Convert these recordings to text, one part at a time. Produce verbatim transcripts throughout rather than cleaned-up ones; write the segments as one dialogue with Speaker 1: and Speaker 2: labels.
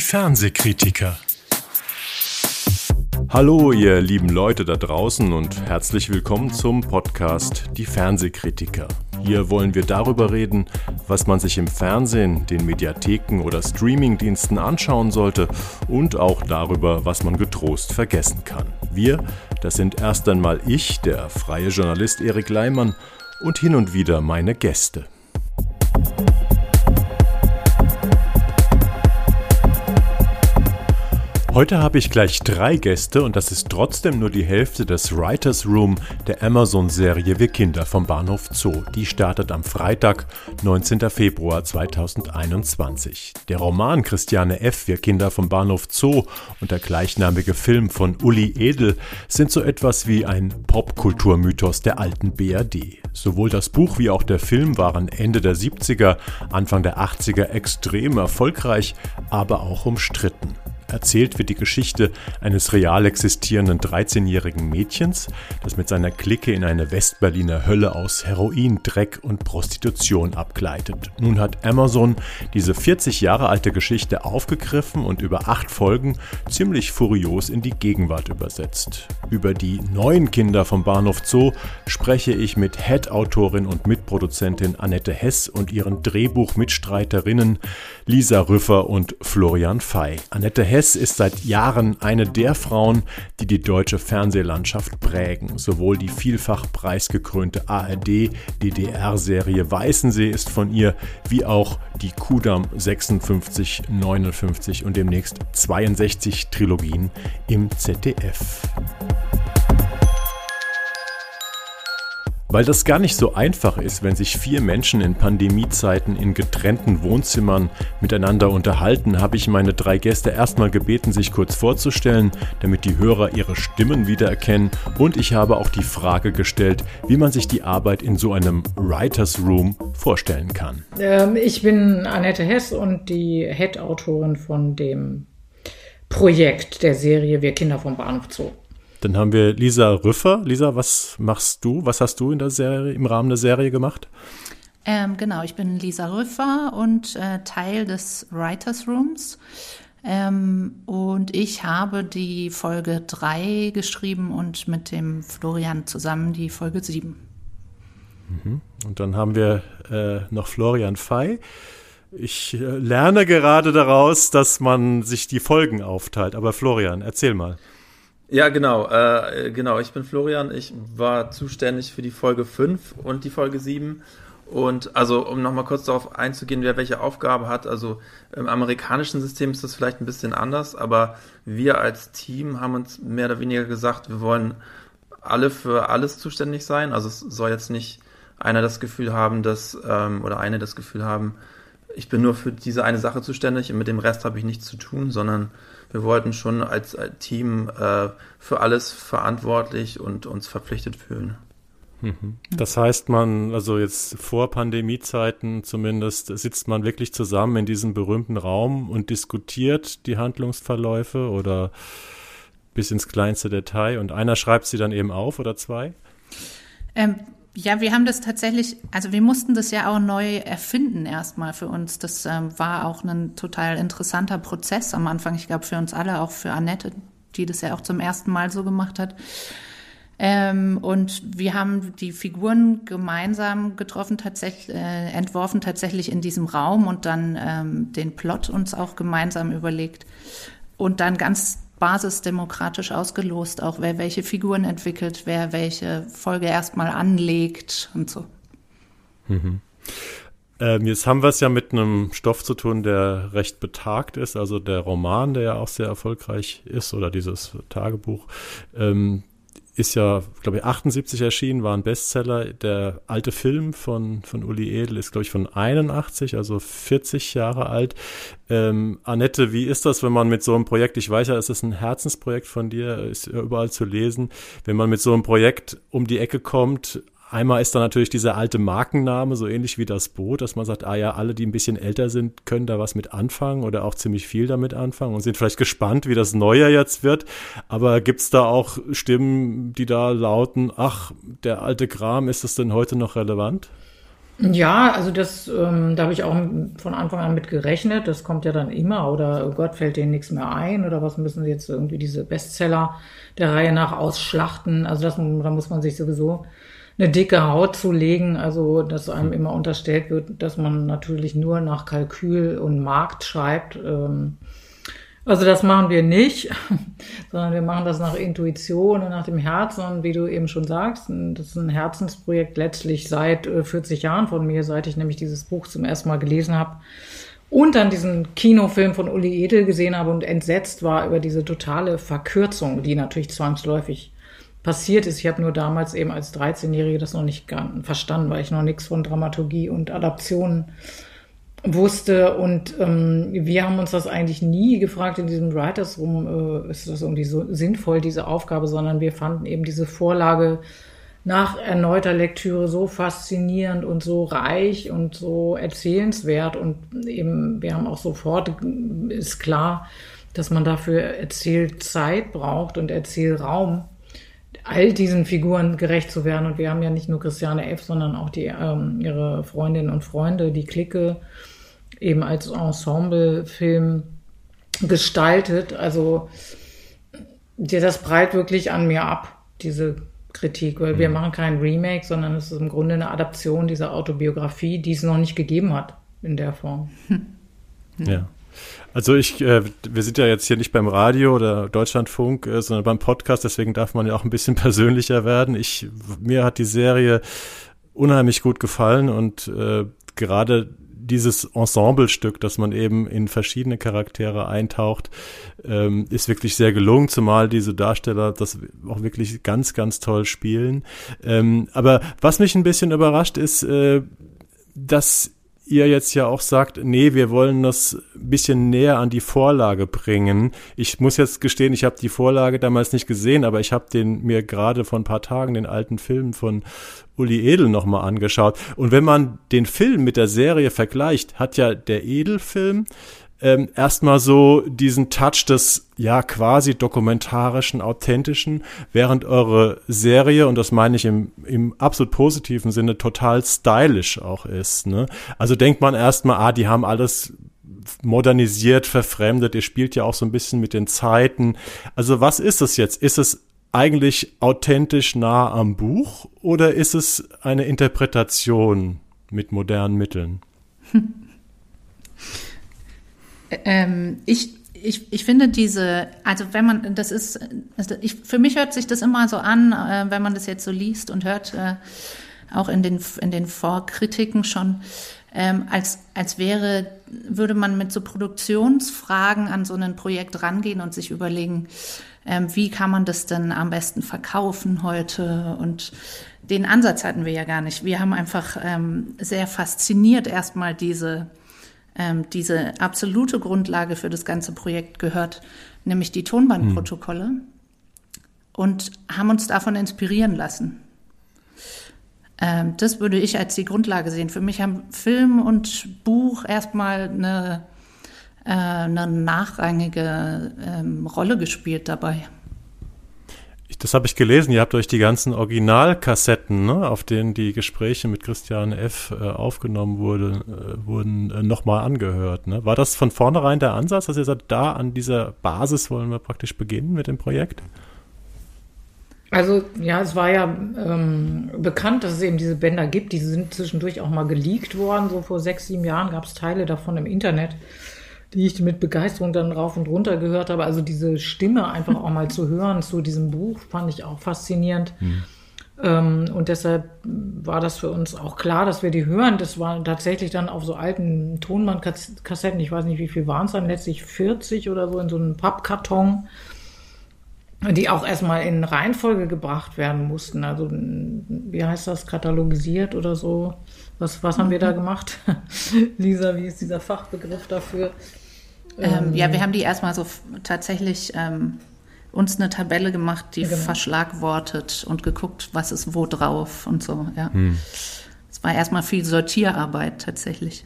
Speaker 1: Fernsehkritiker.
Speaker 2: Hallo ihr lieben Leute da draußen und herzlich willkommen zum Podcast Die Fernsehkritiker. Hier wollen wir darüber reden, was man sich im Fernsehen, den Mediatheken oder Streamingdiensten anschauen sollte und auch darüber, was man getrost vergessen kann. Wir, das sind erst einmal ich, der freie Journalist Erik Leimann und hin und wieder meine Gäste. Heute habe ich gleich drei Gäste und das ist trotzdem nur die Hälfte des Writers Room der Amazon-Serie Wir Kinder vom Bahnhof Zoo. Die startet am Freitag, neunzehnten Februar zweitausendeinundzwanzig. Der Roman Christiane F. Wir Kinder vom Bahnhof Zoo und der gleichnamige Film von Uli Edel sind so etwas wie ein Popkulturmythos der alten B R D. Sowohl das Buch wie auch der Film waren Ende der siebziger, Anfang der achtziger extrem erfolgreich, aber auch umstritten. Erzählt wird die Geschichte eines real existierenden dreizehnjährigen Mädchens, das mit seiner Clique in eine Westberliner Hölle aus Heroin, Dreck und Prostitution abgleitet. Nun hat Amazon diese vierzig Jahre alte Geschichte aufgegriffen und über acht Folgen ziemlich furios in die Gegenwart übersetzt. Über die neuen Kinder vom Bahnhof Zoo spreche ich mit Head-Autorin und Mitproduzentin Annette Hess und ihren Drehbuchmitstreiterinnen Lisa Rüffer und Florian Fey. Annette Hess ist seit Jahren eine der Frauen, die die deutsche Fernsehlandschaft prägen. Sowohl die vielfach preisgekrönte A R D-D D R-Serie Weißensee ist von ihr, wie auch die Kudamm sechsundfünfzig, neunundfünfzig und demnächst zweiundsechzig Trilogien im Z D F. Weil das gar nicht so einfach ist, wenn sich vier Menschen in Pandemiezeiten in getrennten Wohnzimmern miteinander unterhalten, habe ich meine drei Gäste erstmal gebeten, sich kurz vorzustellen, damit die Hörer ihre Stimmen wiedererkennen. Und ich habe auch die Frage gestellt, wie man sich die Arbeit in so einem Writers Room vorstellen kann.
Speaker 3: Ähm, ich bin Annette Hess und die Head-Autorin von dem Projekt der Serie Wir Kinder vom Bahnhof Zoo.
Speaker 2: Dann haben wir Lisa Rüffer. Lisa, was machst du? Was hast du in der Serie, im Rahmen der Serie gemacht?
Speaker 4: Ähm, genau, ich bin Lisa Rüffer und äh, Teil des Writers Rooms. Ähm, und ich habe die Folge drei geschrieben und mit dem Florian zusammen die Folge sieben.
Speaker 2: Mhm. Und dann haben wir äh, noch Florian Fey. Ich äh, lerne gerade daraus, dass man sich die Folgen aufteilt. Aber Florian, erzähl mal.
Speaker 5: Ja, genau, äh, genau. Ich bin Florian. Ich war zuständig für die Folge fünf und die Folge sieben. Und also, um nochmal kurz darauf einzugehen, wer welche Aufgabe hat. Also im amerikanischen System ist das vielleicht ein bisschen anders, aber wir als Team haben uns mehr oder weniger gesagt, wir wollen alle für alles zuständig sein. Also es soll jetzt nicht einer das Gefühl haben, dass, ähm, oder eine das Gefühl haben, ich bin nur für diese eine Sache zuständig und mit dem Rest habe ich nichts zu tun, sondern wir wollten schon als Team äh, für alles verantwortlich und uns verpflichtet fühlen.
Speaker 2: Das heißt, man, also jetzt vor Pandemiezeiten zumindest, sitzt man wirklich zusammen in diesem berühmten Raum und diskutiert die Handlungsverläufe oder bis ins kleinste Detail und einer schreibt sie dann eben auf oder zwei?
Speaker 4: Ähm, Ja, wir haben das tatsächlich, also wir mussten das ja auch neu erfinden erstmal für uns. Das ähm, war auch ein total interessanter Prozess am Anfang. Ich glaube für uns alle, auch für Annette, die das ja auch zum ersten Mal so gemacht hat. Ähm, und wir haben die Figuren gemeinsam getroffen, tatsächlich äh, entworfen tatsächlich in diesem Raum und dann ähm, den Plot uns auch gemeinsam überlegt und dann ganz basisdemokratisch ausgelost, auch wer welche Figuren entwickelt, wer welche Folge erstmal anlegt und so.
Speaker 2: Mhm. Ähm, jetzt haben wir es ja mit einem Stoff zu tun, der recht betagt ist, also der Roman, der ja auch sehr erfolgreich ist, oder dieses Tagebuch, ähm, ist ja, glaube ich, achtundsiebzig erschienen, war ein Bestseller. Der alte Film von, von Uli Edel ist, glaube ich, von einundachtzig, also vierzig Jahre alt. Ähm, Annette, wie ist das, wenn man mit so einem Projekt, ich weiß ja, es ist ein Herzensprojekt von dir, ist überall zu lesen, wenn man mit so einem Projekt um die Ecke kommt, einmal ist da natürlich dieser alte Markenname, so ähnlich wie das Boot, dass man sagt, ah ja, alle, die ein bisschen älter sind, können da was mit anfangen oder auch ziemlich viel damit anfangen und sind vielleicht gespannt, wie das Neue jetzt wird. Aber gibt's da auch Stimmen, die da lauten, ach, der alte Kram, ist das denn heute noch relevant?
Speaker 3: Ja, also das, ähm, da habe ich auch von Anfang an mit gerechnet. Das kommt ja dann immer oder oh Gott, fällt denen nichts mehr ein oder was müssen sie jetzt irgendwie diese Bestseller der Reihe nach ausschlachten. Also das, da muss man sich sowieso eine dicke Haut zulegen. Also dass einem immer unterstellt wird, dass man natürlich nur nach Kalkül und Markt schreibt. Ähm, Also das machen wir nicht, sondern wir machen das nach Intuition und nach dem Herzen. Und wie du eben schon sagst, das ist ein Herzensprojekt letztlich seit vierzig Jahren von mir, seit ich nämlich dieses Buch zum ersten Mal gelesen habe und dann diesen Kinofilm von Uli Edel gesehen habe und entsetzt war über diese totale Verkürzung, die natürlich zwangsläufig passiert ist. Ich habe nur damals eben als dreizehnjährige das noch nicht verstanden, weil ich noch nichts von Dramaturgie und Adaptionen wusste und ähm, wir haben uns das eigentlich nie gefragt in diesem Writers Room, äh, ist das irgendwie so sinnvoll, diese Aufgabe, sondern wir fanden eben diese Vorlage nach erneuter Lektüre so faszinierend und so reich und so erzählenswert und eben wir haben auch sofort, ist klar, dass man dafür Erzählzeit braucht und Erzählraum, all diesen Figuren gerecht zu werden und wir haben ja nicht nur Christiane F., sondern auch die ähm, ihre Freundinnen und Freunde, die Clique, eben als Ensemblefilm gestaltet. Also dir das prallt wirklich an mir ab, diese Kritik, weil wir machen kein Remake, sondern es ist im Grunde eine Adaption dieser Autobiografie, die es noch nicht gegeben hat in der Form.
Speaker 2: Ja. Also ich, äh, wir sind ja jetzt hier nicht beim Radio oder Deutschlandfunk, äh, sondern beim Podcast, deswegen darf man ja auch ein bisschen persönlicher werden. Ich, mir hat die Serie unheimlich gut gefallen und äh, gerade dieses Ensemblestück, dass man eben in verschiedene Charaktere eintaucht, ähm, ist wirklich sehr gelungen, zumal diese Darsteller das auch wirklich ganz, ganz toll spielen. Ähm, aber was mich ein bisschen überrascht ist, äh, dass ihr jetzt ja auch sagt, nee, wir wollen das ein bisschen näher an die Vorlage bringen. Ich muss jetzt gestehen, ich habe die Vorlage damals nicht gesehen, aber ich habe den mir gerade vor ein paar Tagen den alten Film von Uli Edel nochmal angeschaut. Und wenn man den Film mit der Serie vergleicht, hat ja der Edel-Film ähm, erstmal so diesen Touch des ja quasi dokumentarischen, authentischen, während eure Serie, und das meine ich im, im absolut positiven Sinne, total stylisch auch ist. Ne? Also denkt man erstmal, ah, die haben alles modernisiert, verfremdet, ihr spielt ja auch so ein bisschen mit den Zeiten. Also was ist es jetzt? Ist es eigentlich authentisch nah am Buch oder ist es eine Interpretation mit modernen Mitteln?
Speaker 4: Hm. Ähm, ich, ich, ich finde diese, also wenn man, das ist, also ich, für mich hört sich das immer so an, äh, wenn man das jetzt so liest und hört, äh, auch in den, in den Vorkritiken schon, ähm, als, als wäre, würde man mit so Produktionsfragen an so ein Projekt rangehen und sich überlegen, ähm, wie kann man das denn am besten verkaufen heute? Und den Ansatz hatten wir ja gar nicht. Wir haben einfach ähm, sehr fasziniert erstmal diese Ähm, diese absolute Grundlage für das ganze Projekt gehört, nämlich die Tonbandprotokolle, hm. und haben uns davon inspirieren lassen. Ähm, das würde ich als die Grundlage sehen. Für mich haben Film und Buch erstmal eine, äh, eine nachrangige ähm, Rolle gespielt dabei.
Speaker 2: Das habe ich gelesen, ihr habt euch die ganzen Originalkassetten, ne, auf denen die Gespräche mit Christiane F. Äh, aufgenommen wurde, äh, wurden, äh, nochmal angehört. Ne? War das von vornherein der Ansatz, dass ihr sagt, da an dieser Basis wollen wir praktisch beginnen mit dem Projekt?
Speaker 3: Also ja, es war ja ähm, bekannt, dass es eben diese Bänder gibt. Die sind zwischendurch auch mal geleakt worden. So vor sechs, sieben Jahren gab es Teile davon im Internet, die ich mit Begeisterung dann rauf und runter gehört habe. Also diese Stimme einfach auch mal zu hören zu diesem Buch fand ich auch faszinierend. Mhm. Ähm, und deshalb war das für uns auch klar, dass wir die hören. Das war tatsächlich dann auf so alten Tonbandkassetten, ich weiß nicht, wie viel waren es dann, letztlich vierzig oder so, in so einem Pappkarton, die auch erstmal in Reihenfolge gebracht werden mussten. Also wie heißt das, katalogisiert oder so? Was, was haben wir da gemacht? Lisa, wie ist dieser Fachbegriff dafür?
Speaker 4: Ähm, ja, wir haben die erstmal so f- tatsächlich ähm, uns eine Tabelle gemacht, die genau. verschlagwortet und geguckt, was ist wo drauf und so. Ja, hm. Es war erstmal viel Sortierarbeit tatsächlich.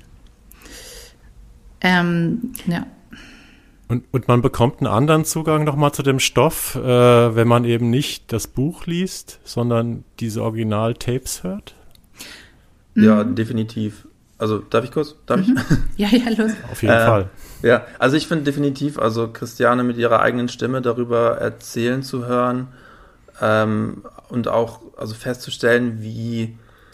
Speaker 4: Ähm, ja.
Speaker 2: Und, und man bekommt einen anderen Zugang nochmal zu dem Stoff, äh, wenn man eben nicht das Buch liest, sondern diese Original-Tapes hört?
Speaker 5: Ja, definitiv. Also, darf ich kurz? Darf
Speaker 4: mhm.
Speaker 5: ich?
Speaker 4: Ja, ja, los.
Speaker 2: Auf jeden äh, Fall.
Speaker 5: Ja, also ich finde definitiv, also Christiane mit ihrer eigenen Stimme darüber erzählen zu hören ähm, und auch also festzustellen, wie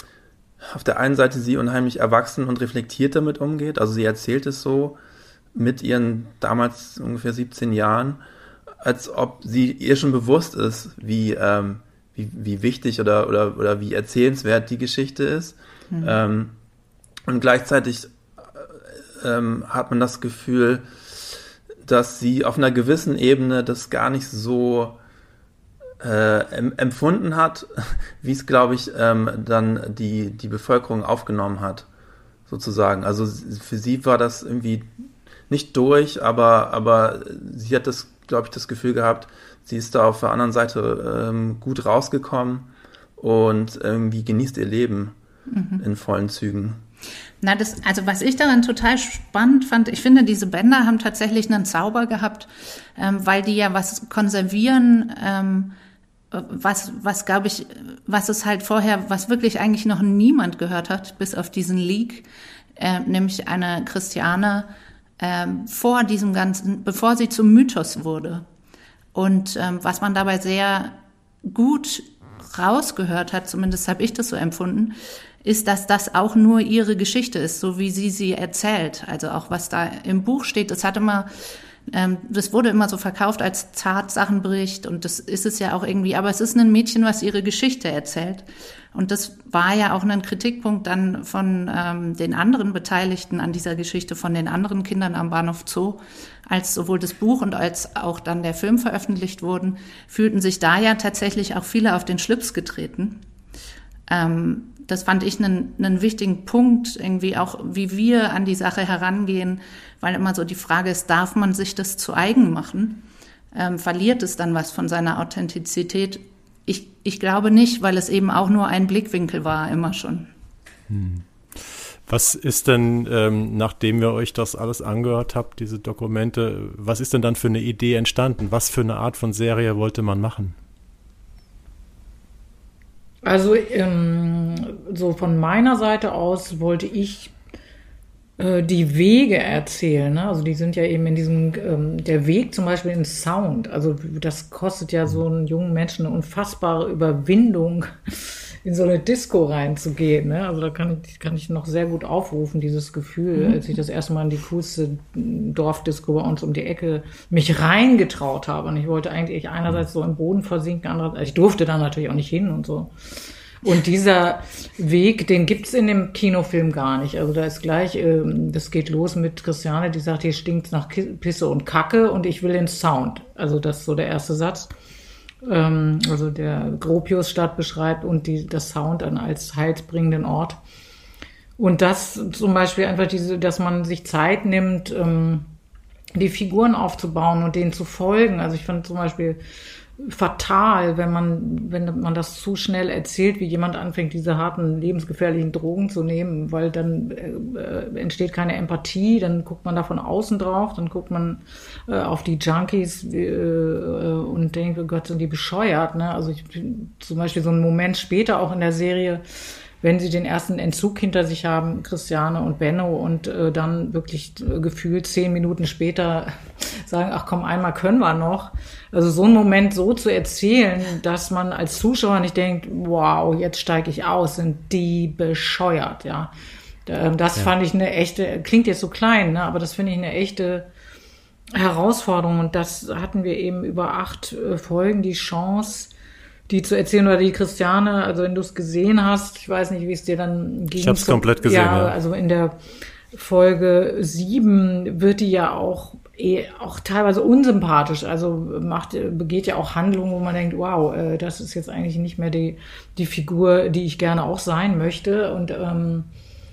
Speaker 5: auf der einen Seite sie unheimlich erwachsen und reflektiert damit umgeht. Also sie erzählt es so mit ihren damals ungefähr siebzehn Jahren, als ob sie ihr schon bewusst ist, wie, ähm, wie, wie wichtig oder, oder, oder wie erzählenswert die Geschichte ist. Mhm. Ähm, und gleichzeitig ähm, hat man das Gefühl, dass sie auf einer gewissen Ebene das gar nicht so äh, empfunden hat, wie es, glaube ich, ähm, dann die, die Bevölkerung aufgenommen hat, sozusagen. Also für sie war das irgendwie nicht durch, aber, aber sie hat das, glaube ich, das Gefühl gehabt, sie ist da auf der anderen Seite ähm, gut rausgekommen und irgendwie genießt ihr Leben mhm. in vollen Zügen.
Speaker 4: Na, das, also was ich daran total spannend fand, ich finde, diese Bänder haben tatsächlich einen Zauber gehabt, ähm, weil die ja was konservieren, ähm, was, was glaube ich, was es halt vorher, was wirklich eigentlich noch niemand gehört hat, bis auf diesen Leak, äh, nämlich eine Christiane äh, vor diesem ganzen, bevor sie zum Mythos wurde. Und ähm, was man dabei sehr gut rausgehört hat, zumindest habe ich das so empfunden, ist, dass das auch nur ihre Geschichte ist, so wie sie sie erzählt. Also auch was da im Buch steht, das hat immer, ähm, das wurde immer so verkauft als Tatsachenbericht und das ist es ja auch irgendwie, aber es ist ein Mädchen, was ihre Geschichte erzählt. Und das war ja auch ein Kritikpunkt dann von ähm, den anderen Beteiligten an dieser Geschichte, von den anderen Kindern am Bahnhof Zoo, als sowohl das Buch und als auch dann der Film veröffentlicht wurden, fühlten sich da ja tatsächlich auch viele auf den Schlips getreten. Ähm, Das fand ich einen, einen wichtigen Punkt, irgendwie auch, wie wir an die Sache herangehen, weil immer so die Frage ist, darf man sich das zu eigen machen? Ähm, verliert es dann was von seiner Authentizität? Ich, ich glaube nicht, weil es eben auch nur ein Blickwinkel war, immer schon.
Speaker 2: Hm. Was ist denn, ähm, nachdem ihr euch das alles angehört habt, diese Dokumente, was ist denn dann für eine Idee entstanden? Was für eine Art von Serie wollte man machen?
Speaker 3: Also ähm, so von meiner Seite aus wollte ich äh, die Wege erzählen. Ne? Also die sind ja eben in diesem, ähm, der Weg zum Beispiel in Sound. Also das kostet ja so einen jungen Menschen eine unfassbare Überwindung, in so eine Disco reinzugehen. Ne? Also da kann ich, kann ich noch sehr gut aufrufen, dieses Gefühl, mhm. als ich das erste Mal in die coolste Dorfdisco bei uns um die Ecke mich reingetraut habe. Und ich wollte eigentlich einerseits so im Boden versinken, andererseits, ich durfte da natürlich auch nicht hin und so. Und dieser Weg, den gibt's in dem Kinofilm gar nicht. Also da ist gleich, ähm, das geht los mit Christiane, die sagt, hier stinkt's nach Pisse und Kacke und ich will den Sound. Also das ist so der erste Satz. Also der Gropiusstadt beschreibt und die, das Sound dann als heilsbringenden Ort. Und das zum Beispiel einfach diese, dass man sich Zeit nimmt, die Figuren aufzubauen und denen zu folgen. Also ich fand zum Beispiel fatal, wenn man, wenn man das zu schnell erzählt, wie jemand anfängt, diese harten, lebensgefährlichen Drogen zu nehmen, weil dann äh, entsteht keine Empathie, dann guckt man da von außen drauf, dann guckt man äh, auf die Junkies äh, und denkt, oh Gott, sind die bescheuert, ne? Also ich, zum Beispiel so einen Moment später auch in der Serie, wenn sie den ersten Entzug hinter sich haben, Christiane und Benno, und äh, dann wirklich äh, gefühlt zehn Minuten später sagen, ach komm, einmal können wir noch. Also so einen Moment so zu erzählen, dass man als Zuschauer nicht denkt, wow, jetzt steige ich aus, sind die bescheuert, ja. Das ja. fand ich eine echte, klingt jetzt so klein, ne, aber das finde ich eine echte Herausforderung. Und das hatten wir eben über acht äh, Folgen die Chance, die zu erzählen, oder die Christiane, also wenn du es gesehen hast, ich weiß nicht, wie es dir dann ging.
Speaker 2: Ich habe es komplett gesehen,
Speaker 3: ja,
Speaker 2: ja.
Speaker 3: Also in der Folge sieben wird die ja auch eh, auch teilweise unsympathisch, also macht, begeht ja auch Handlungen, wo man denkt, wow, äh, das ist jetzt eigentlich nicht mehr die, die Figur, die ich gerne auch sein möchte. Und ähm,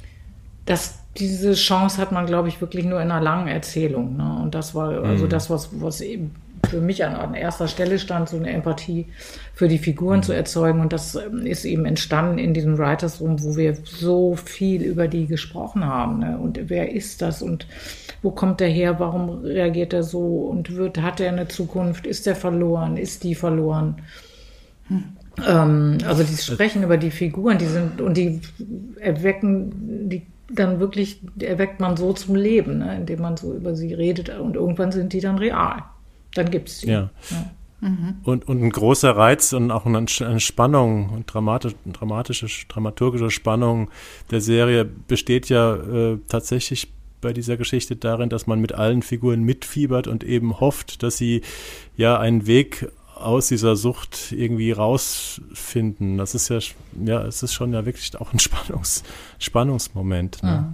Speaker 3: das, diese Chance hat man, glaube ich, wirklich nur in einer langen Erzählung. Ne? Und das war also mhm. das, was, was eben für mich an, an erster Stelle stand, so eine Empathie für die Figuren mhm. zu erzeugen. Und das ist eben entstanden in diesem Writers Room, wo wir so viel über die gesprochen haben. Ne? Und wer ist das? Und wo kommt der her? Warum reagiert er so? Und wird, hat er eine Zukunft? Ist er verloren? Ist die verloren? Ähm, also die sprechen über die Figuren, die sind und die erwecken, die dann wirklich erweckt man so zum Leben, ne, indem man so über sie redet und irgendwann sind die dann real. Dann gibt's sie.
Speaker 2: Ja.
Speaker 3: Ja.
Speaker 2: Mhm. Und, und ein großer Reiz und auch eine, eine Spannung und dramatisch, dramatische, dramaturgische Spannung der Serie besteht ja äh, tatsächlich bei dieser Geschichte darin, dass man mit allen Figuren mitfiebert und eben hofft, dass sie ja einen Weg aus dieser Sucht irgendwie rausfinden. Das ist ja, ja, es ist schon ja wirklich auch ein Spannungs, Spannungsmoment. Ne?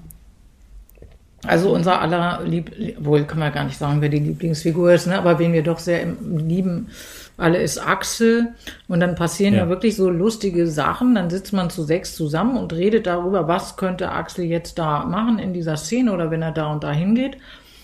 Speaker 3: Also unser aller Lieb, wohl kann man gar nicht sagen, wer die Lieblingsfigur ist, ne? Aber wen wir doch sehr lieben, alle ist Axel. Und dann passieren ja. ja wirklich so lustige Sachen. Dann sitzt man zu sechs zusammen und redet darüber, was könnte Axel jetzt da machen in dieser Szene oder wenn er da und da hingeht.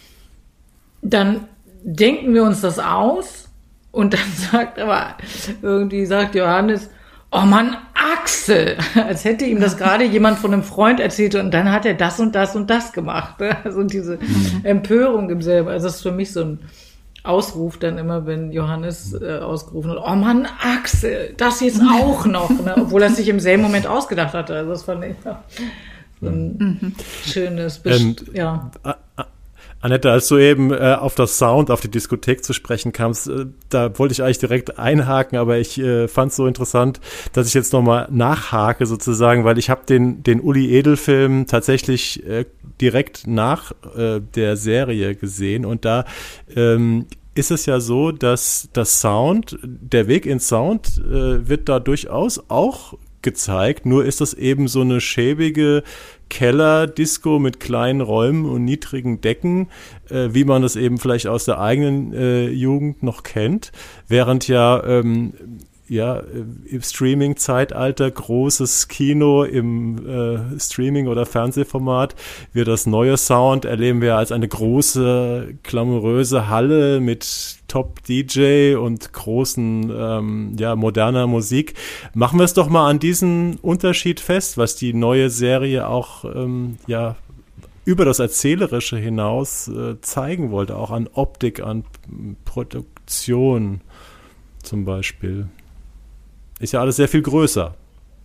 Speaker 3: Dann denken wir uns das aus. Und dann sagt aber, irgendwie sagt Johannes, oh Mann, Axel, als hätte ihm das gerade jemand von einem Freund erzählt und dann hat er das und das und das gemacht. Also diese mhm. Empörung im selber. Also das ist für mich so ein Ausruf dann immer, wenn Johannes äh, ausgerufen hat, oh Mann, Axel, das jetzt auch noch, ne? Obwohl er sich im selben Moment ausgedacht hatte. Also das fand ich ja, so ein mhm. schönes, Best-
Speaker 2: ähm,
Speaker 3: ja.
Speaker 2: Annette, als du eben äh, auf das Sound, auf die Diskothek zu sprechen kamst, äh, da wollte ich eigentlich direkt einhaken, aber ich äh, fand es so interessant, dass ich jetzt nochmal nachhake sozusagen, weil ich habe den den Uli Edel-Film tatsächlich äh, direkt nach äh, der Serie gesehen und da ähm, ist es ja so, dass das Sound, der Weg ins Sound äh, wird da durchaus auch gezeigt, nur ist das eben so eine schäbige Keller-Disco mit kleinen Räumen und niedrigen Decken, äh, wie man das eben vielleicht aus der eigenen äh, Jugend noch kennt, während ja ähm, ja im Streaming-Zeitalter großes Kino im äh, Streaming- oder Fernsehformat, wir das neue Sound erleben wir als eine große, glamouröse Halle mit Top-D J und großen, ähm, ja, moderner Musik. Machen wir es doch mal an diesen Unterschied fest, was die neue Serie auch, ähm, ja, über das Erzählerische hinaus äh, zeigen wollte, auch an Optik, an Produktion zum Beispiel. Ist ja alles sehr viel größer.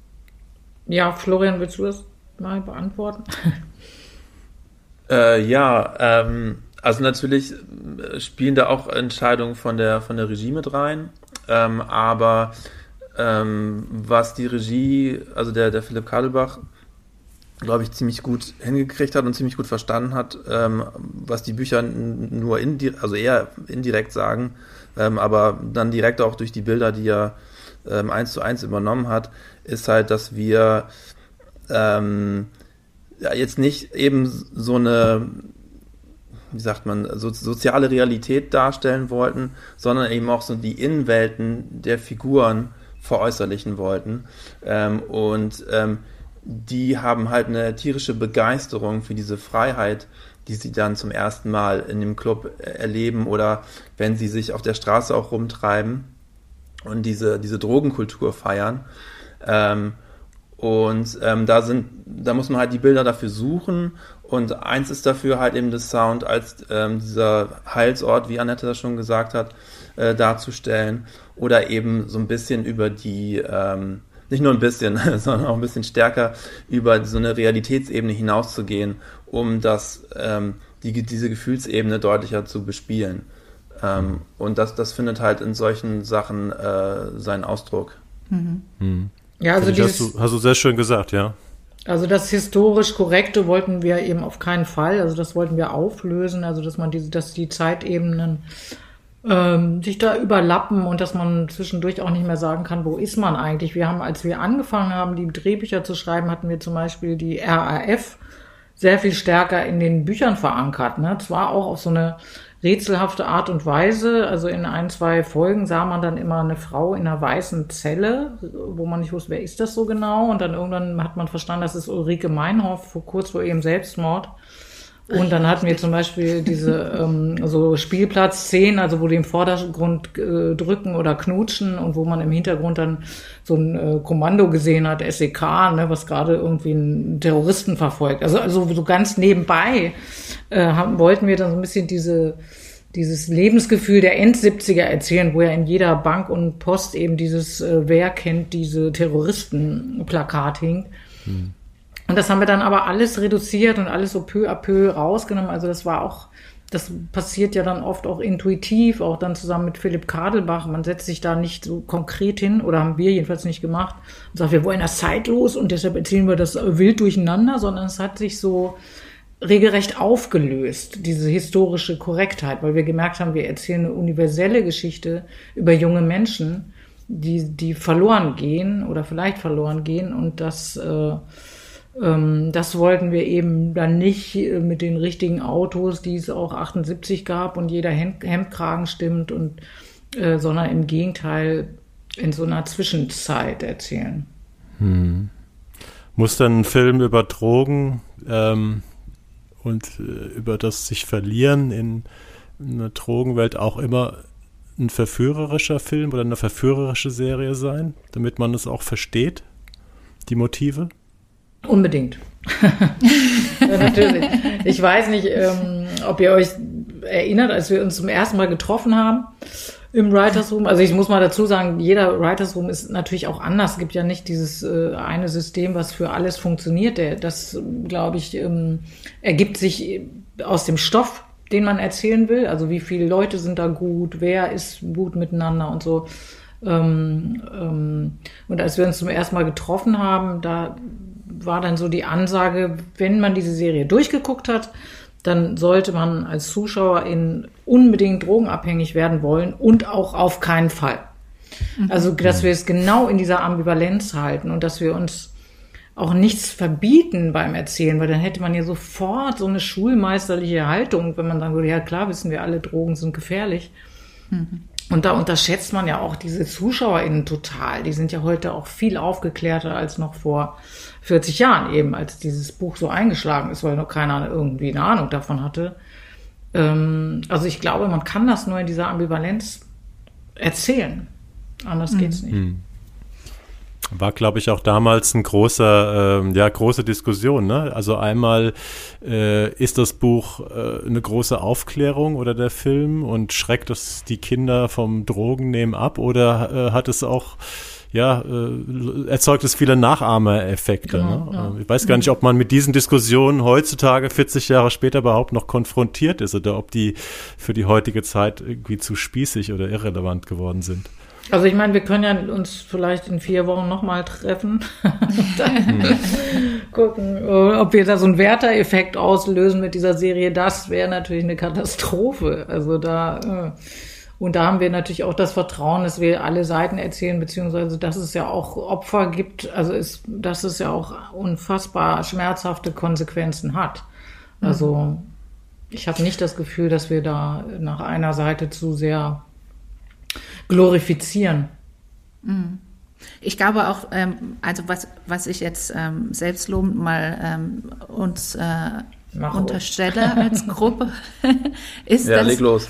Speaker 3: Ja, Florian, willst du das mal beantworten?
Speaker 5: Äh, ja, ähm, also natürlich spielen da auch Entscheidungen von der von der Regie mit rein, ähm, aber ähm, was die Regie, also der der Philipp Kadelbach, glaube ich, ziemlich gut hingekriegt hat und ziemlich gut verstanden hat, ähm, was die Bücher nur indirekt, also eher indirekt sagen, ähm, aber dann direkt auch durch die Bilder, die er ähm, eins zu eins übernommen hat, ist halt, dass wir ähm, ja, jetzt nicht eben so eine, wie sagt man, so, soziale Realität darstellen wollten, sondern eben auch so die Innenwelten der Figuren veräußerlichen wollten. Ähm, und ähm, die haben halt eine tierische Begeisterung für diese Freiheit, die sie dann zum ersten Mal in dem Club erleben oder wenn sie sich auf der Straße auch rumtreiben und diese, diese Drogenkultur feiern. Ähm, und ähm, da sind, da muss man halt die Bilder dafür suchen und eins ist dafür halt eben das Sound als ähm, dieser Heilsort, wie Annette das schon gesagt hat, äh, darzustellen oder eben so ein bisschen über die, ähm, nicht nur ein bisschen, sondern auch ein bisschen stärker über so eine Realitätsebene hinauszugehen, um das, ähm, die, diese Gefühlsebene deutlicher zu bespielen. Ähm, und das, das findet halt in solchen Sachen äh, seinen Ausdruck.
Speaker 2: Mhm. Mhm.
Speaker 3: Ja, also dieses,
Speaker 2: hast, du, hast du sehr schön gesagt, ja.
Speaker 3: Also das historisch Korrekte wollten wir eben auf keinen Fall, also das wollten wir auflösen, also dass man diese, dass die Zeitebenen ähm, sich da überlappen und dass man zwischendurch auch nicht mehr sagen kann, wo ist man eigentlich. Wir haben, als wir angefangen haben, die Drehbücher zu schreiben, hatten wir zum Beispiel die R A F sehr viel stärker in den Büchern verankert, ne? Zwar auch auf so eine rätselhafte Art und Weise, also in ein, zwei Folgen sah man dann immer eine Frau in einer weißen Zelle, wo man nicht wusste, wer ist das so genau, und dann irgendwann hat man verstanden, das ist Ulrike Meinhoff, kurz vor ihrem Selbstmord. Und dann hatten wir zum Beispiel diese ähm, so Spielplatzszenen, also wo die im Vordergrund äh, drücken oder knutschen und wo man im Hintergrund dann so ein äh, Kommando gesehen hat, S E K, ne, was gerade irgendwie einen Terroristen verfolgt. Also also so ganz nebenbei äh, haben, wollten wir dann so ein bisschen diese dieses Lebensgefühl der Endsiebziger erzählen, wo ja in jeder Bank und Post eben dieses äh, wer kennt diese Terroristen-Plakat hing. Hm. Und das haben wir dann aber alles reduziert und alles so peu à peu rausgenommen. Also das war auch, das passiert ja dann oft auch intuitiv, auch dann zusammen mit Philipp Kadelbach. Man setzt sich da nicht so konkret hin, oder haben wir jedenfalls nicht gemacht, und sagt, wir wollen das zeitlos und deshalb erzählen wir das wild durcheinander, sondern es hat sich so regelrecht aufgelöst, diese historische Korrektheit, weil wir gemerkt haben, wir erzählen eine universelle Geschichte über junge Menschen, die, die verloren gehen oder vielleicht verloren gehen, und das, äh, ähm, das wollten wir eben dann nicht mit den richtigen Autos, die es auch achtundsiebzig gab und jeder Hemd, Hemdkragen stimmt, und, äh, sondern im Gegenteil in so einer Zwischenzeit erzählen.
Speaker 2: Hm. Muss dann ein Film über Drogen ähm und äh, über das sich verlieren in, in einer Drogenwelt auch immer ein verführerischer Film oder eine verführerische Serie sein, damit man es auch versteht, die Motive?
Speaker 3: Unbedingt. Ja, natürlich. Ich weiß nicht, ähm, ob ihr euch erinnert, als wir uns zum ersten Mal getroffen haben im Writers Room. Also ich muss mal dazu sagen, jeder Writers Room ist natürlich auch anders. Es gibt ja nicht dieses äh, eine System, was für alles funktioniert. Der, das, glaube ich, ähm, ergibt sich aus dem Stoff, den man erzählen will. Also wie viele Leute sind da gut, wer ist gut miteinander und so. Ähm, ähm, und als wir uns zum ersten Mal getroffen haben, da war dann so die Ansage, wenn man diese Serie durchgeguckt hat, dann sollte man als Zuschauerin unbedingt drogenabhängig werden wollen und auch auf keinen Fall. Mhm. Also, dass wir es genau in dieser Ambivalenz halten und dass wir uns auch nichts verbieten beim Erzählen, weil dann hätte man ja sofort so eine schulmeisterliche Haltung, wenn man sagen würde, ja klar, wissen wir alle, Drogen sind gefährlich. Mhm. Und da unterschätzt man ja auch diese ZuschauerInnen total. Die sind ja heute auch viel aufgeklärter als noch vor vierzig Jahren eben, als dieses Buch so eingeschlagen ist, weil noch keiner irgendwie eine Ahnung davon hatte. Ähm, also ich glaube, man kann das nur in dieser Ambivalenz erzählen. Anders mhm. geht's nicht.
Speaker 2: War, glaube ich, auch damals ein großer, äh, ja, große Diskussion, ne? Also einmal äh, ist das Buch äh, eine große Aufklärung oder der Film und schreckt es die Kinder vom Drogennehmen ab, oder äh, hat es auch, ja, äh, erzeugt es viele Nachahmereffekte, genau, ne? Ja. Ich weiß gar nicht, ob man mit diesen Diskussionen heutzutage, vierzig Jahre später, überhaupt noch konfrontiert ist oder ob die für die heutige Zeit irgendwie zu spießig oder irrelevant geworden sind.
Speaker 3: Also ich meine, wir können ja uns vielleicht in vier Wochen nochmal treffen und dann gucken, ob wir da so einen Werther-Effekt auslösen mit dieser Serie. Das wäre natürlich eine Katastrophe. Also da, und da haben wir natürlich auch das Vertrauen, dass wir alle Seiten erzählen, beziehungsweise dass es ja auch Opfer gibt, also ist, dass es ja auch unfassbar schmerzhafte Konsequenzen hat. Also ich habe nicht das Gefühl, dass wir da nach einer Seite zu sehr glorifizieren.
Speaker 4: Ich glaube auch, ähm, also was, was ich jetzt ähm, selbstlobend mal ähm, uns äh, unterstelle als Gruppe, ist,
Speaker 5: ja,
Speaker 4: dass,
Speaker 5: leg los.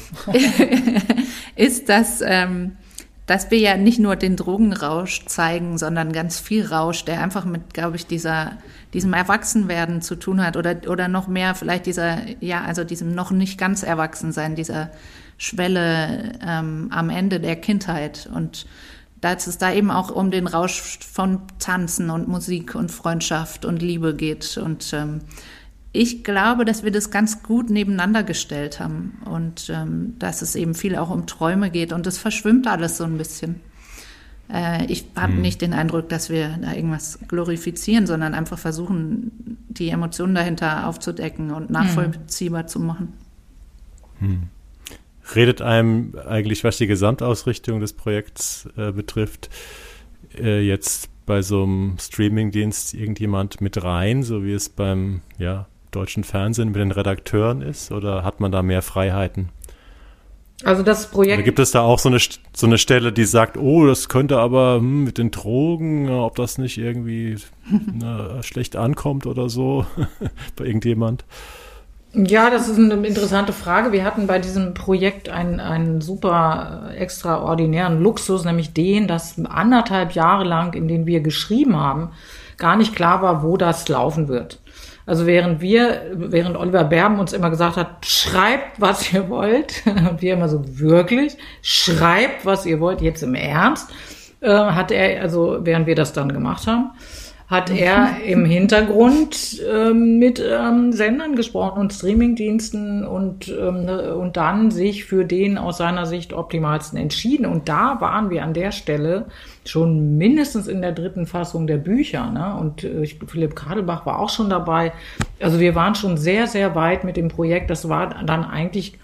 Speaker 4: ist, dass, ähm, dass wir ja nicht nur den Drogenrausch zeigen, sondern ganz viel Rausch, der einfach mit, glaube ich, dieser, diesem Erwachsenwerden zu tun hat oder, oder noch mehr vielleicht dieser, ja, also diesem noch nicht ganz Erwachsensein, dieser Schwelle ähm, am Ende der Kindheit, und dass es da eben auch um den Rausch von Tanzen und Musik und Freundschaft und Liebe geht, und ähm, ich glaube, dass wir das ganz gut nebeneinander gestellt haben und ähm, dass es eben viel auch um Träume geht, und es verschwimmt alles so ein bisschen. Äh, ich habe hm. nicht den Eindruck, dass wir da irgendwas glorifizieren, sondern einfach versuchen, die Emotionen dahinter aufzudecken und nachvollziehbar hm. zu machen.
Speaker 2: Hm. Redet einem eigentlich, was die Gesamtausrichtung des Projekts äh, betrifft, äh, jetzt bei so einem Streamingdienst irgendjemand mit rein, so wie es beim ja, deutschen Fernsehen mit den Redakteuren ist, oder hat man da mehr Freiheiten?
Speaker 3: Also das Projekt...
Speaker 2: Oder gibt es da auch so eine, so eine Stelle, die sagt, oh, das könnte aber hm, mit den Drogen, ob das nicht irgendwie na, schlecht ankommt oder so bei irgendjemand?
Speaker 3: Ja, das ist eine interessante Frage. Wir hatten bei diesem Projekt einen, einen super extraordinären Luxus, nämlich den, dass anderthalb Jahre lang, in denen wir geschrieben haben, gar nicht klar war, wo das laufen wird. Also während wir, während Oliver Berben uns immer gesagt hat, schreibt, was ihr wollt, und wir immer so, wirklich, schreibt, was ihr wollt, jetzt im Ernst, äh, hat er, also während wir das dann gemacht haben, hat er im Hintergrund ähm, mit ähm, Sendern gesprochen und Streamingdiensten und ähm, und dann sich für den aus seiner Sicht optimalsten entschieden. Und da waren wir an der Stelle schon mindestens in der dritten Fassung der Bücher, ne? Und äh, Philipp Kadelbach war auch schon dabei. Also wir waren schon sehr, sehr weit mit dem Projekt. Das war dann eigentlich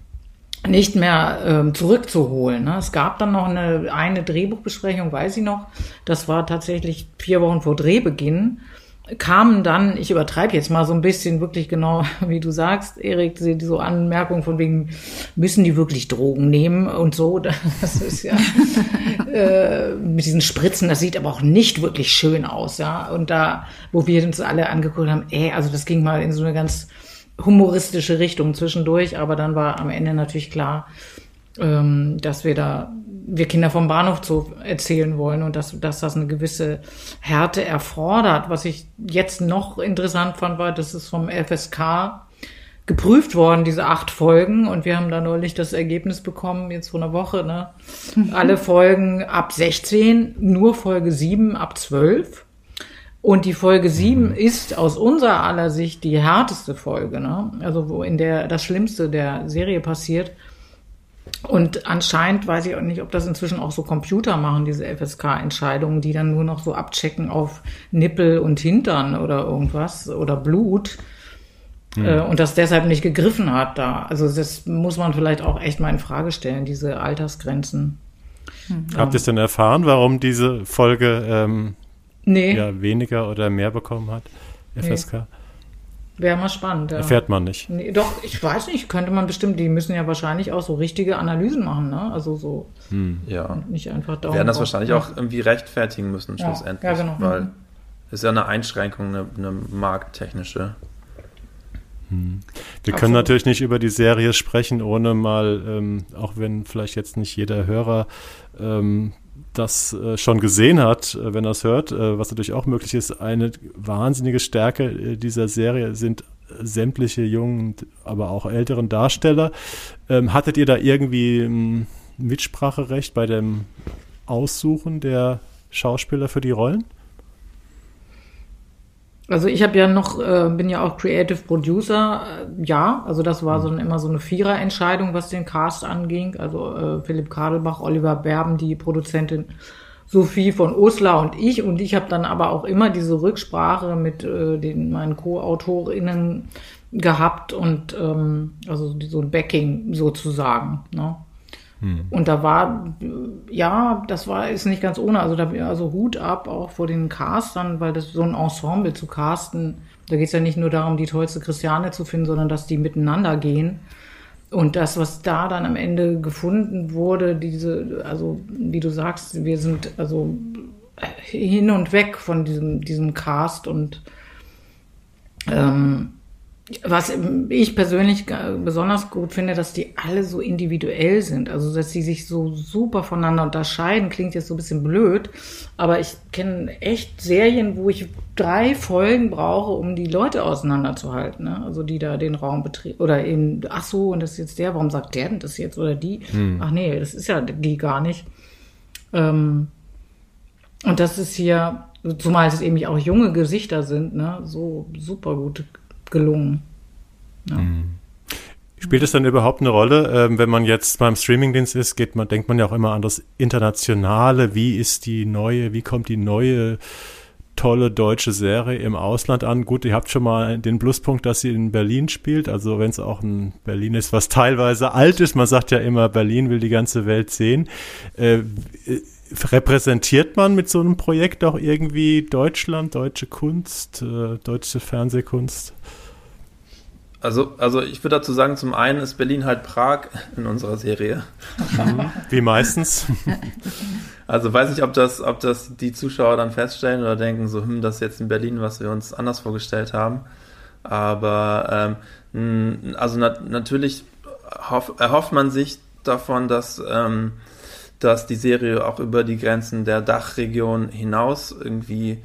Speaker 3: nicht mehr ähm, zurückzuholen. Ne? Es gab dann noch eine, eine Drehbuchbesprechung, weiß ich noch, das war tatsächlich vier Wochen vor Drehbeginn, kamen dann, ich übertreibe jetzt mal so ein bisschen, wirklich genau, wie du sagst, Erik, die so Anmerkungen von wegen, müssen die wirklich Drogen nehmen und so, das ist ja, äh, mit diesen Spritzen, das sieht aber auch nicht wirklich schön aus, ja, und da, wo wir uns alle angeguckt haben, ey, also das ging mal in so eine ganz humoristische Richtung zwischendurch, aber dann war am Ende natürlich klar, ähm, dass wir da, wir Kinder vom Bahnhof Zoo erzählen wollen und dass, dass das eine gewisse Härte erfordert. Was ich jetzt noch interessant fand, war, dass es vom F S K geprüft worden, diese acht Folgen, und wir haben da neulich das Ergebnis bekommen, jetzt vor einer Woche, ne? Mhm. Alle Folgen ab sechzehn, nur Folge sieben ab zwölf. Und die Folge sieben ist aus unserer aller Sicht die härteste Folge, ne? Also wo in der das Schlimmste der Serie passiert. Und anscheinend weiß ich auch nicht, ob das inzwischen auch so Computer machen, diese F S K-Entscheidungen, die dann nur noch so abchecken auf Nippel und Hintern oder irgendwas oder Blut. Hm. Äh, und das deshalb nicht gegriffen hat da. Also das muss man vielleicht auch echt mal in Frage stellen, diese Altersgrenzen.
Speaker 2: Hm. Habt ihr es denn erfahren, warum diese Folge ähm
Speaker 3: Nee.
Speaker 2: ja, weniger oder mehr bekommen hat, F S K?
Speaker 3: Nee. Wäre mal spannend, ja.
Speaker 2: Erfährt man nicht.
Speaker 3: Nee, doch, ich weiß nicht, könnte man bestimmt, die müssen ja wahrscheinlich auch so richtige Analysen machen, ne? Also so,
Speaker 5: hm. ja.
Speaker 3: Nicht einfach Daumen
Speaker 5: werden das
Speaker 3: drauf.
Speaker 5: wahrscheinlich auch irgendwie rechtfertigen müssen,
Speaker 3: ja.
Speaker 5: schlussendlich.
Speaker 3: Ja, genau.
Speaker 5: Weil
Speaker 3: mhm.
Speaker 5: es ist ja eine Einschränkung, eine, eine markttechnische.
Speaker 2: Hm. Wir können Absolut. natürlich nicht über die Serie sprechen, ohne mal, ähm, auch wenn vielleicht jetzt nicht jeder Hörer ähm, das äh, schon gesehen hat, äh, wenn er es hört, äh, was natürlich auch möglich ist, eine wahnsinnige Stärke äh, dieser Serie sind sämtliche jungen, aber auch älteren Darsteller. Ähm, hattet ihr da irgendwie ein Mitspracherecht bei dem Aussuchen der Schauspieler für die Rollen?
Speaker 3: Also ich habe ja noch, äh, bin ja auch Creative Producer, äh, ja, also das war so immer so eine Vierer-Entscheidung, was den Cast anging. Also äh, Philipp Kadelbach, Oliver Berben, die Produzentin Sophie von Osler und ich. Und ich habe dann aber auch immer diese Rücksprache mit äh, den meinen Co-AutorInnen gehabt und ähm, also so ein Backing sozusagen, ne? Hm. Und da war, ja, das war, ist nicht ganz ohne, also da, also Hut ab auch vor den Castern, weil das so ein Ensemble zu casten, da geht es ja nicht nur darum, die tollste Christiane zu finden, sondern dass die miteinander gehen. Und das, was da dann am Ende gefunden wurde, diese, also wie du sagst, wir sind also hin und weg von diesem, diesem Cast und ähm, was ich persönlich besonders gut finde, dass die alle so individuell sind. Also, dass sie sich so super voneinander unterscheiden, klingt jetzt so ein bisschen blöd. Aber ich kenne echt Serien, wo ich drei Folgen brauche, um die Leute auseinanderzuhalten, ne? Also, die da den Raum betreten. Oder eben, ach so, und das ist jetzt der, warum sagt der denn das jetzt? Oder die? Hm. Ach nee, das ist ja die gar nicht. Ähm, und das ist hier, zumal es eben auch junge Gesichter sind, ne? So super gut gelungen. Ja.
Speaker 2: Spielt es dann überhaupt eine Rolle, ähm, wenn man jetzt beim Streamingdienst ist, geht man, denkt man ja auch immer an das Internationale, wie ist die neue, wie kommt die neue tolle deutsche Serie im Ausland an? Gut, ihr habt schon mal den Pluspunkt, dass sie in Berlin spielt, also wenn es auch ein Berlin ist, was teilweise alt ist, man sagt ja immer, Berlin will die ganze Welt sehen. Äh, repräsentiert man mit so einem Projekt auch irgendwie Deutschland, deutsche Kunst, äh, deutsche Fernsehkunst?
Speaker 5: Also, also ich würde dazu sagen, zum einen ist Berlin halt Prag in unserer Serie.
Speaker 2: Wie meistens.
Speaker 5: Also weiß nicht, ob das, ob das die Zuschauer dann feststellen oder denken, so, hm, das ist jetzt in Berlin, was wir uns anders vorgestellt haben. Aber ähm, also na- natürlich hoff, erhofft man sich davon, dass, ähm, dass die Serie auch über die Grenzen der Dachregion hinaus irgendwie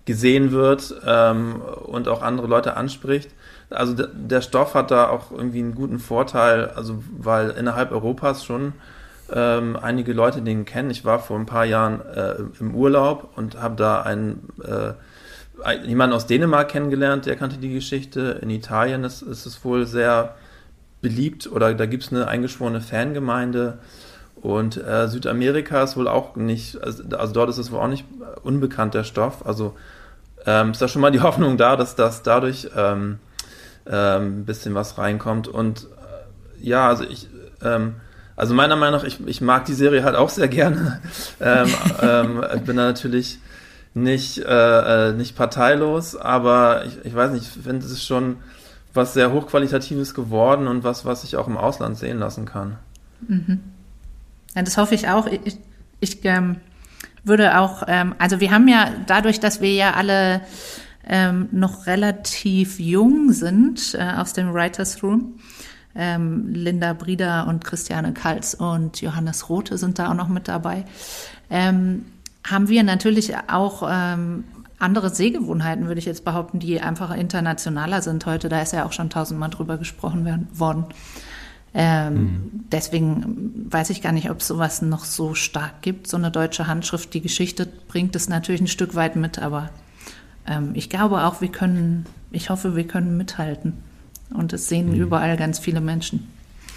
Speaker 5: gesehen wird ähm, und auch andere Leute anspricht. Also d- der Stoff hat da auch irgendwie einen guten Vorteil, also weil innerhalb Europas schon ähm, einige Leute den kennen. Ich war vor ein paar Jahren äh, im Urlaub und habe da einen äh, jemanden aus Dänemark kennengelernt, der kannte die Geschichte. In Italien ist, ist es wohl sehr beliebt oder da gibt es eine eingeschworene Fangemeinde. Und äh, Südamerika ist wohl auch nicht, also, also dort ist es wohl auch nicht unbekannt, der Stoff. Also ähm, ist da schon mal die Hoffnung da, dass das dadurch ähm, ähm, ein bisschen was reinkommt. Und äh, ja, also ich, ähm, also meiner Meinung nach, ich, ich mag die Serie halt auch sehr gerne. ähm, ähm, ich bin da natürlich nicht, äh, nicht parteilos, aber ich, ich weiß nicht, ich finde, es ist schon was sehr Hochqualitatives geworden und was, was sich auch im Ausland sehen lassen kann.
Speaker 4: Mhm. Ja, das hoffe ich auch. Ich, ich ähm, würde auch, ähm, also wir haben ja dadurch, dass wir ja alle ähm, noch relativ jung sind äh, aus dem Writers Room, ähm, Linda Brieder und Christiane Kals und Johannes Rothe sind da auch noch mit dabei, ähm, haben wir natürlich auch ähm, andere Sehgewohnheiten, würde ich jetzt behaupten, die einfach internationaler sind heute. Da ist ja auch schon tausendmal drüber gesprochen werden, worden. Ähm, mhm. Deswegen weiß ich gar nicht, ob es sowas noch so stark gibt, so eine deutsche Handschrift. Die Geschichte bringt es natürlich ein Stück weit mit, aber ähm, ich glaube auch, wir können, ich hoffe, wir können mithalten. Und es sehen mhm. überall ganz viele Menschen.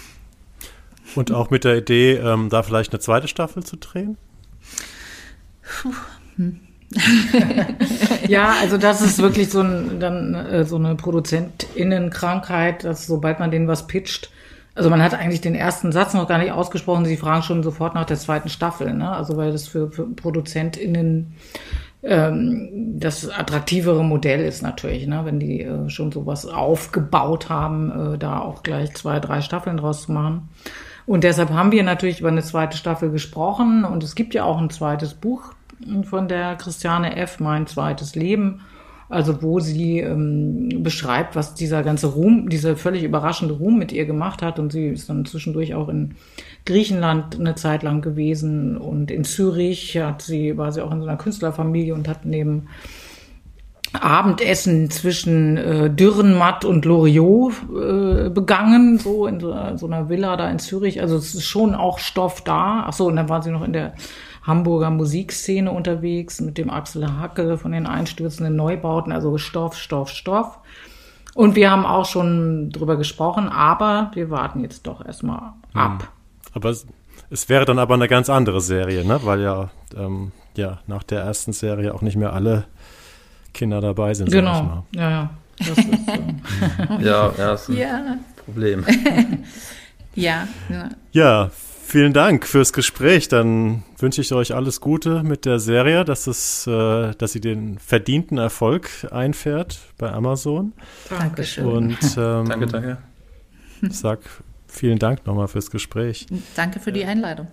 Speaker 2: Und auch mit der Idee, ähm, da vielleicht eine zweite Staffel zu drehen?
Speaker 4: Puh. Hm.
Speaker 3: Ja, also das ist wirklich so, ein, dann, äh, so eine ProduzentInnenkrankheit, dass sobald man denen was pitcht, also man hat eigentlich den ersten Satz noch gar nicht ausgesprochen, sie fragen schon sofort nach der zweiten Staffel, ne? Also weil das für, für ProduzentInnen ähm, das attraktivere Modell ist natürlich, ne? Wenn die äh, schon sowas aufgebaut haben, äh, da auch gleich zwei, drei Staffeln draus zu machen. Und deshalb haben wir natürlich über eine zweite Staffel gesprochen und es gibt ja auch ein zweites Buch von der Christiane F., Mein zweites Leben, also wo sie ähm, beschreibt, was dieser ganze Ruhm, dieser völlig überraschende Ruhm mit ihr gemacht hat. Und sie ist dann zwischendurch auch in Griechenland eine Zeit lang gewesen und in Zürich hat sie, war sie auch in so einer Künstlerfamilie und hat neben Abendessen zwischen äh, Dürrenmatt und Loriot äh, begangen, so in so, so einer Villa da in Zürich. Also es ist schon auch Stoff da. Ach so, und dann waren sie noch in der Hamburger Musikszene unterwegs mit dem Axel Hacke von den einstürzenden Neubauten, also Stoff, Stoff, Stoff. Und wir haben auch schon drüber gesprochen, aber wir warten jetzt doch erstmal ab.
Speaker 2: Aber es, es wäre dann aber eine ganz andere Serie, ne? Weil ja, ähm, ja nach der ersten Serie auch nicht mehr alle Kinder dabei sind.
Speaker 3: Genau,
Speaker 2: sag ich mal.
Speaker 3: ja, ja. Das ist, äh
Speaker 5: ja, ja, das ist ein
Speaker 4: ja.
Speaker 5: Problem.
Speaker 4: ja, ja.
Speaker 2: Ja, vielen Dank fürs Gespräch. Dann wünsche ich euch alles Gute mit der Serie, dass es, äh, dass sie den verdienten Erfolg einfährt bei Amazon.
Speaker 3: Dankeschön.
Speaker 2: Und ähm,
Speaker 5: danke, danke.
Speaker 2: Ich sag vielen Dank nochmal fürs Gespräch.
Speaker 4: Danke für die Einladung.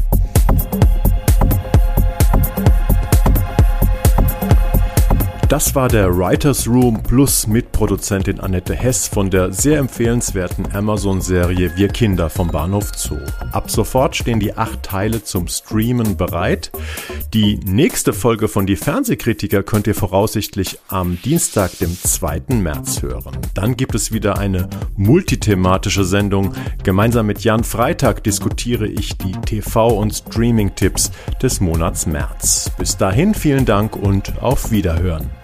Speaker 2: Das war der Writers Room Plus Mitproduzentin Annette Hess von der sehr empfehlenswerten Amazon-Serie Wir Kinder vom Bahnhof Zoo. Ab sofort stehen die acht Teile zum Streamen bereit. Die nächste Folge von Die Fernsehkritiker könnt ihr voraussichtlich am Dienstag, dem zweiten März hören. Dann gibt es wieder eine multithematische Sendung. Gemeinsam mit Jan Freitag diskutiere ich die T V- und Streaming-Tipps des Monats März. Bis dahin vielen Dank und auf Wiederhören.